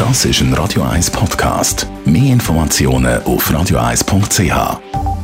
Das ist ein Radio 1 Podcast. Mehr Informationen auf radio1.ch.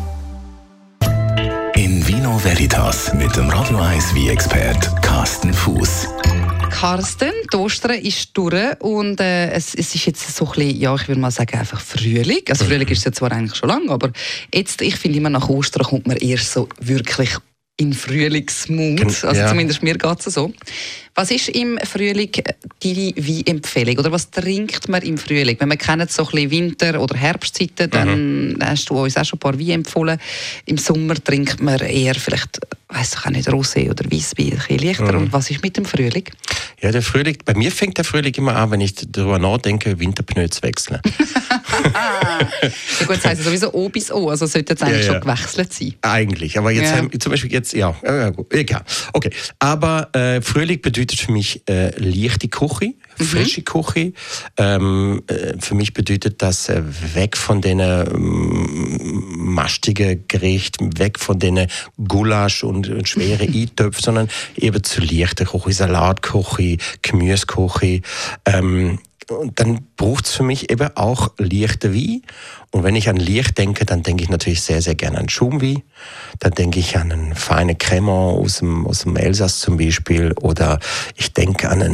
In Vino Veritas mit dem Radio 1 Wein-Expert Carsten Fuß. Carsten, die Ostern ist durch und es ist jetzt so ein bisschen, ja, ich würde mal sagen, einfach Frühling. Also Frühling ist es ja zwar eigentlich schon lange, aber jetzt, ich finde immer, nach Ostern kommt man erst so wirklich in Frühlingsmut. Also zumindest mir geht es so. Was ist im Frühling deine Weinempfehlung? Oder was trinkt man im Frühling? Wenn wir kennen so ein bisschen Winter- oder Herbstzeiten, dann hast du uns auch schon ein paar Weine empfohlen. Im Sommer trinkt man eher vielleicht, weiss ich auch nicht, Rosé oder Weisswein, ein bisschen leichter. Und was ist mit dem Frühling? Ja, der Frühling, bei mir fängt der Frühling immer an, wenn ich darüber nachdenke, Winterpneu zu wechseln. Ja gut, das heisst sowieso O bis O, also sollte jetzt eigentlich schon gewechselt sein. Eigentlich, aber jetzt haben wir zum Beispiel jetzt, egal. Okay, aber Frühling bedeutet für mich leichte Küche, frische Küche. Für mich bedeutet das weg von den mastigen Gerichten, weg von den Gulasch und schweren Eintöpfen, sondern eben zu leichter Küche, Salatküche, Gemüseküche. Und dann braucht es für mich eben auch leichte Wein. Und wenn ich an leicht denke, dann denke ich natürlich sehr, sehr gerne an Schaumwein. Dann denke ich an einen feinen Cremant aus dem Elsass zum Beispiel. Oder ich denke an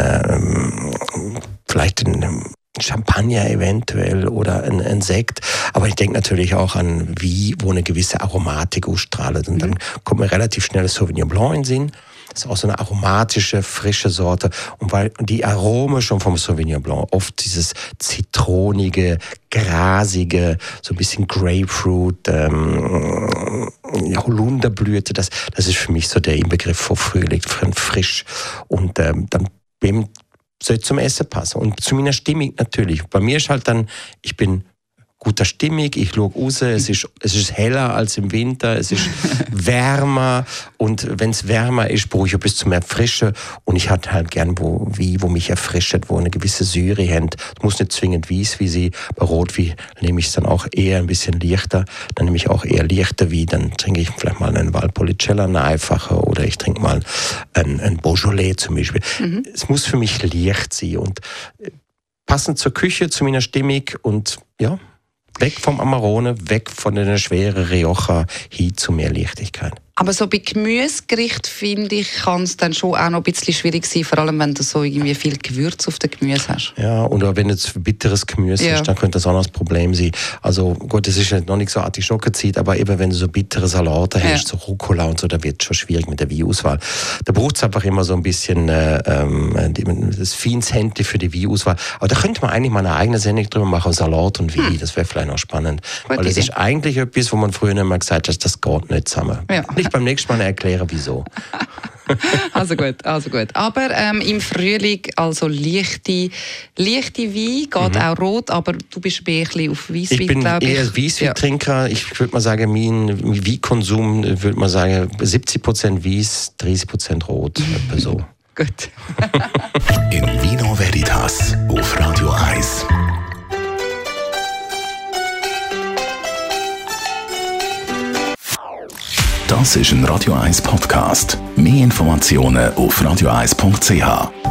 vielleicht einen Champagner eventuell oder ein Sekt. Aber ich denke natürlich auch an Wein, wo eine gewisse Aromatik ausstrahlt. Und dann kommt mir relativ schnell Sauvignon Blanc in den Sinn. Das ist auch so eine aromatische, frische Sorte. Und weil die Aromen schon vom Sauvignon Blanc, oft dieses zitronige, grasige, so ein bisschen Grapefruit, Holunderblüte, das ist für mich so der Inbegriff von Frühling, frisch. Und dann soll zum Essen passen. Und zu meiner Stimmung natürlich. Bei mir ist halt dann, ich bin guter Stimmung, ich schaue raus, es ist heller als im Winter, es ist wärmer und wenn es wärmer ist, brauche ich ein bisschen mehr Frische und ich hatte halt gern wo mich erfrischt, wo eine gewisse Säure hat. Es muss nicht zwingend weiß wie sie, bei Rotwein nehme ich es dann auch eher ein bisschen leichter, dann nehme ich auch eher leichter Wein, dann trinke ich vielleicht mal einen Valpolicella, eine einfache oder ich trinke mal einen Beaujolais zum Beispiel. Es muss für mich leicht sein und passend zur Küche, zu meiner Stimmung und ja, weg vom Amarone, weg von einer schweren Rioja hin zu mehr Leichtigkeit. Aber so bei Gemüsegericht, finde ich, kann es dann schon auch noch ein bisschen schwierig sein, vor allem wenn du so irgendwie viel Gewürz auf dem Gemüse hast. Ja, oder wenn es bitteres Gemüse ist, dann könnte das auch noch das Problem sein. Also gut, es ist noch nicht so Artischockenzeit, aber eben wenn du so bittere Salate hast, so Rucola und so, da wird es schon schwierig mit der Weinauswahl. Da braucht es einfach immer so ein bisschen das feines Händchen für die Weinauswahl. Aber da könnte man eigentlich mal eine eigene Sendung drüber machen, Salat und Wein, das wäre vielleicht noch spannend. Weil das ist eigentlich etwas, wo man früher immer gesagt hat, das geht nicht zusammen. Ja. Beim nächsten Mal erklären, wieso. Also gut. Aber im Frühling also leichte Wein, geht auch rot, aber du bist ein bisschen auf Weisswein, glaube ich. Ich bin eher Weissweintrinker. Ich würde mal sagen, mein Weinkonsum, würde mal sagen, 70% Weiss, 30% rot. So. Gut. In Vino Veritas auf Radio 1. Das ist ein Radio 1 Podcast. Mehr Informationen auf radio1.ch.